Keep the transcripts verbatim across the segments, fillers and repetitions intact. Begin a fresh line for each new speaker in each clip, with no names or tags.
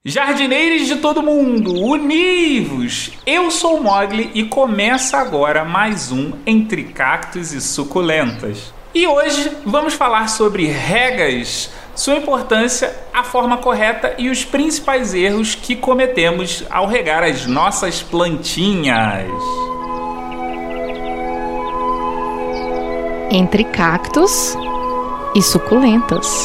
Jardineiros de todo mundo, univos! Eu sou o Mogli e começa agora mais um Entre Cactos e Suculentas. E hoje vamos falar sobre regas, sua importância, a forma correta e os principais erros que cometemos ao regar as nossas plantinhas.
Entre Cactos e Suculentas.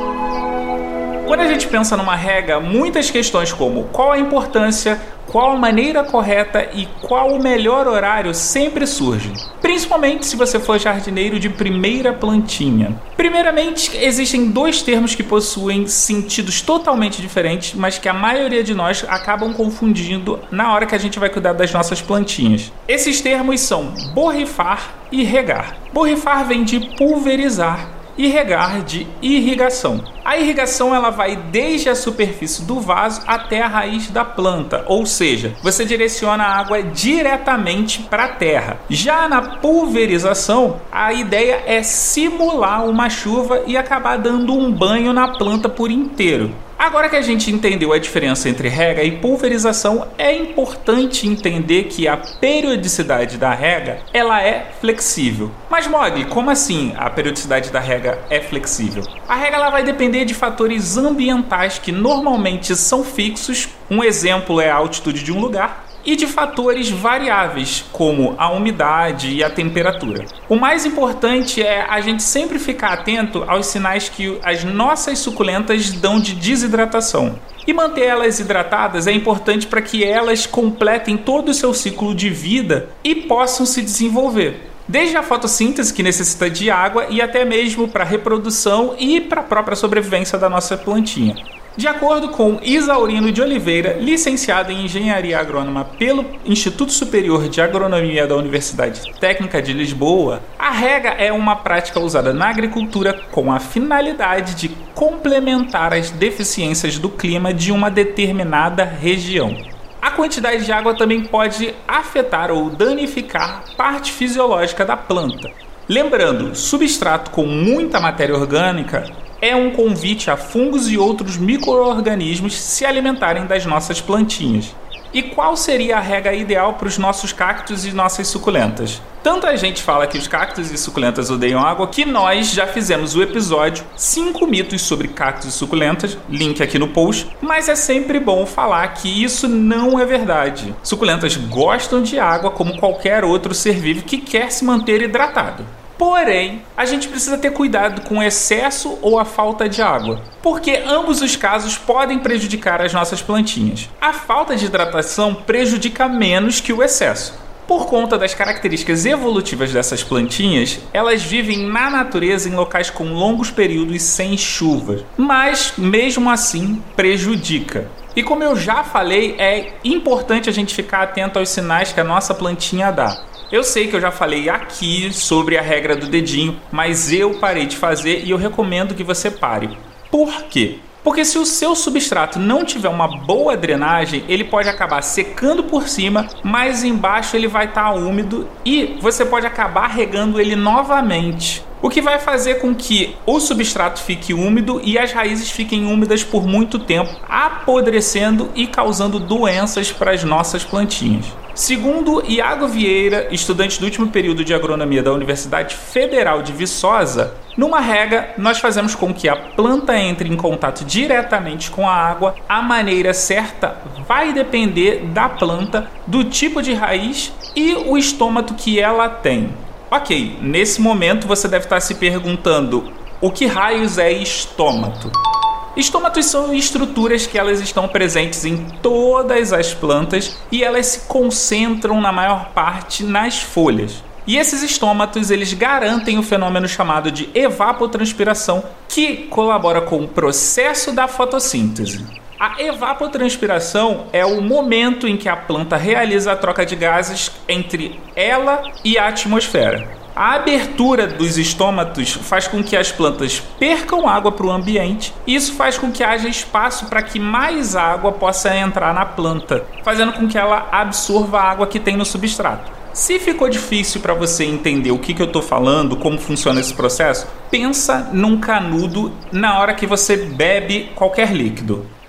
Quando a gente pensa numa rega, muitas questões como qual a importância, qual a maneira correta e qual o melhor horário sempre surgem. Principalmente se você for jardineiro de primeira plantinha. Primeiramente, existem dois termos que possuem sentidos totalmente diferentes, mas que a maioria de nós acabam confundindo na hora que a gente vai cuidar das nossas plantinhas. Esses termos são borrifar e regar. Borrifar vem de pulverizar e regar de irrigação. A irrigação ela vai desde a superfície do vaso até a raiz da planta, ou seja, você direciona a água diretamente para a terra. Já na pulverização, a ideia é simular uma chuva e acabar dando um banho na planta por inteiro. Agora que a gente entendeu a diferença entre rega e pulverização, é importante entender que a periodicidade da rega ela é flexível. Mas Mogli, como assim a periodicidade da rega é flexível? A rega ela vai depender de fatores ambientais que normalmente são fixos, um exemplo é a altitude de um lugar, e de fatores variáveis, como a umidade e a temperatura. O mais importante é a gente sempre ficar atento aos sinais que as nossas suculentas dão de desidratação. E manter elas hidratadas é importante para que elas completem todo o seu ciclo de vida e possam se desenvolver. Desde a fotossíntese, que necessita de água, e até mesmo para a reprodução e para a própria sobrevivência da nossa plantinha. De acordo com Isaurino de Oliveira, licenciado em Engenharia Agrônoma pelo Instituto Superior de Agronomia da Universidade Técnica de Lisboa, a rega é uma prática usada na agricultura com a finalidade de complementar as deficiências do clima de uma determinada região. A quantidade de água também pode afetar ou danificar parte fisiológica da planta. Lembrando, substrato com muita matéria orgânica é um convite a fungos e outros micro-organismos se alimentarem das nossas plantinhas. E qual seria a rega ideal para os nossos cactos e nossas suculentas? Tanta gente fala que os cactos e suculentas odeiam água que nós já fizemos o episódio cinco mitos sobre cactos e suculentas, link aqui no post, mas é sempre bom falar que isso não é verdade. Suculentas gostam de água como qualquer outro ser vivo que quer se manter hidratado. Porém, a gente precisa ter cuidado com o excesso ou a falta de água, porque ambos os casos podem prejudicar as nossas plantinhas. A falta de hidratação prejudica menos que o excesso. Por conta das características evolutivas dessas plantinhas, elas vivem na natureza em locais com longos períodos sem chuvas, mas mesmo assim prejudica. E como eu já falei, é importante a gente ficar atento aos sinais que a nossa plantinha dá. Eu sei que eu já falei aqui sobre a regra do dedinho, mas eu parei de fazer e eu recomendo que você pare. Por quê? Porque se o seu substrato não tiver uma boa drenagem, ele pode acabar secando por cima, mas embaixo ele vai estar úmido e você pode acabar regando ele novamente. O que vai fazer com que o substrato fique úmido e as raízes fiquem úmidas por muito tempo, apodrecendo e causando doenças para as nossas plantinhas. Segundo Iago Vieira, estudante do último período de agronomia da Universidade Federal de Viçosa, numa rega nós fazemos com que a planta entre em contato diretamente com a água. A maneira certa vai depender da planta, do tipo de raiz e o estômato que ela tem. Ok, nesse momento você deve estar se perguntando o que raios é estômato? Estômatos são estruturas que elas estão presentes em todas as plantas e elas se concentram na maior parte nas folhas. E esses estômatos eles garantem o fenômeno chamado de evapotranspiração, que colabora com o processo da fotossíntese. A evapotranspiração é o momento em que a planta realiza a troca de gases entre ela e a atmosfera. A abertura dos estômatos faz com que as plantas percam água para o ambiente e isso faz com que haja espaço para que mais água possa entrar na planta, fazendo com que ela absorva a água que tem no substrato. Se ficou difícil para você entender o que, que eu estou falando, como funciona esse processo, pensa num canudo na hora que você bebe qualquer líquido.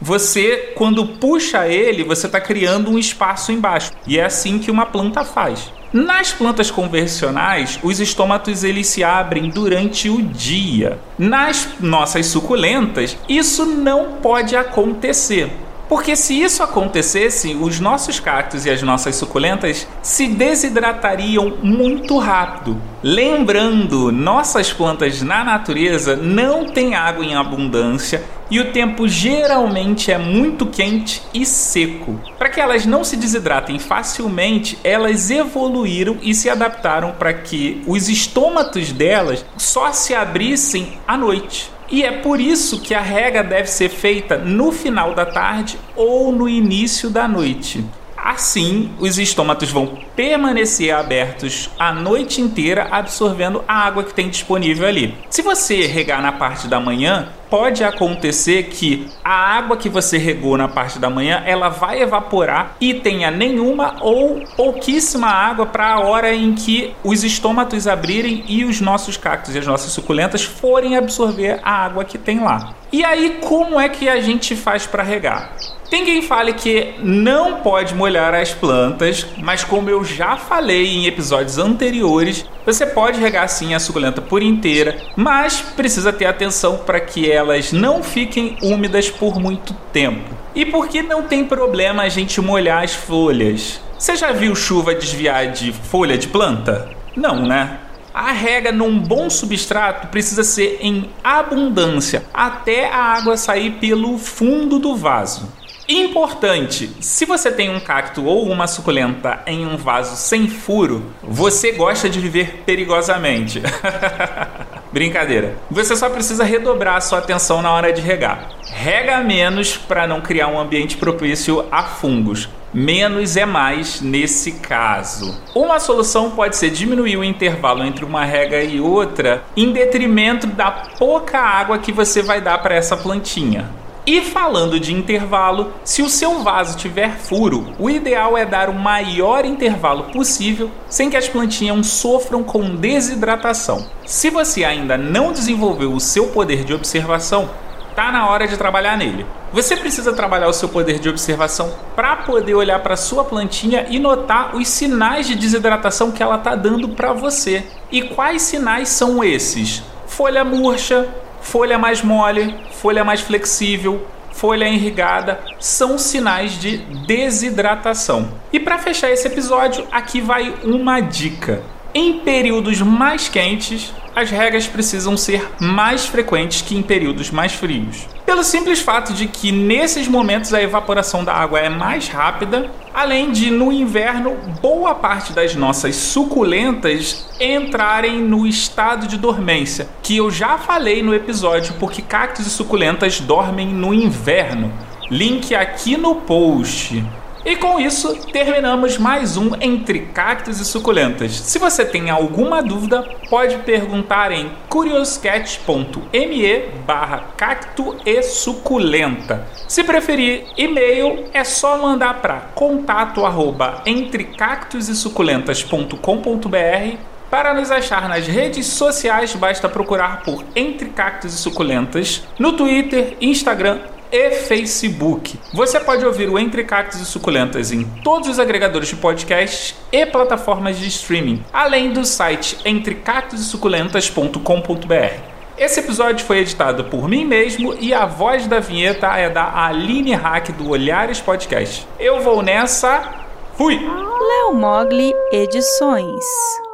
você, quando puxa ele, você está criando um espaço embaixo. E é assim que uma planta faz. Nas plantas convencionais, os estômatos eles se abrem durante o dia. Nas nossas suculentas, isso não pode acontecer. Porque se isso acontecesse, os nossos cactos e as nossas suculentas se desidratariam muito rápido. Lembrando, nossas plantas na natureza não têm água em abundância e o tempo geralmente é muito quente e seco. Para que elas não se desidratem facilmente, elas evoluíram e se adaptaram para que os estômatos delas só se abrissem à noite. E é por isso que a rega deve ser feita no final da tarde ou no início da noite. Assim, os estômatos vão permanecer abertos a noite inteira, absorvendo a água que tem disponível ali. Se você regar na parte da manhã, pode acontecer que a água que você regou na parte da manhã, ela vai evaporar e tenha nenhuma ou pouquíssima água para a hora em que os estômatos abrirem e os nossos cactos e as nossas suculentas forem absorver a água que tem lá. E aí, como é que a gente faz para regar? Tem quem fale que não pode molhar as plantas, mas como eu já falei em episódios anteriores, você pode regar sim a suculenta por inteira, mas precisa ter atenção para que elas não fiquem úmidas por muito tempo. E por que não tem problema a gente molhar as folhas? Você já viu chuva desviar de folha de planta? Não, né? A rega num bom substrato precisa ser em abundância, até a água sair pelo fundo do vaso. Importante, se você tem um cacto ou uma suculenta em um vaso sem furo, você gosta de viver perigosamente. Brincadeira. Você só precisa redobrar a sua atenção na hora de regar. Rega menos para não criar um ambiente propício a fungos. Menos é mais nesse caso. Uma solução pode ser diminuir o intervalo entre uma rega e outra em detrimento da pouca água que você vai dar para essa plantinha. E falando de intervalo, se o seu vaso tiver furo, o ideal é dar o maior intervalo possível sem que as plantinhas sofram com desidratação. Se você ainda não desenvolveu o seu poder de observação, tá na hora de trabalhar nele. Você precisa trabalhar o seu poder de observação para poder olhar para sua plantinha e notar os sinais de desidratação que ela tá dando para você. E quais sinais são esses? Folha murcha, folha mais mole, folha mais flexível, folha irrigada, são sinais de desidratação. E para fechar esse episódio, aqui vai uma dica. Em períodos mais quentes, as regas precisam ser mais frequentes que em períodos mais frios. Pelo simples fato de que nesses momentos a evaporação da água é mais rápida, além de no inverno boa parte das nossas suculentas entrarem no estado de dormência, que eu já falei no episódio porque cactos e suculentas dormem no inverno. Link aqui no post. E com isso, terminamos mais um Entre Cactos e Suculentas. Se você tem alguma dúvida, pode perguntar em curioscat ponto me barra cacto e suculenta. Se preferir e-mail, é só mandar para contato arroba entre cactos e suculentas ponto com ponto br. Para nos achar nas redes sociais, basta procurar por Entre Cactos e Suculentas no Twitter, Instagram e Facebook. Você pode ouvir o Entre Cactos e Suculentas em todos os agregadores de podcasts e plataformas de streaming, além do site entre cactos e suculentas ponto com ponto br. Esse episódio foi editado por mim mesmo e a voz da vinheta é da Aline Hack do Olhares Podcast. Eu vou nessa. Fui!
Léo Mogli Edições.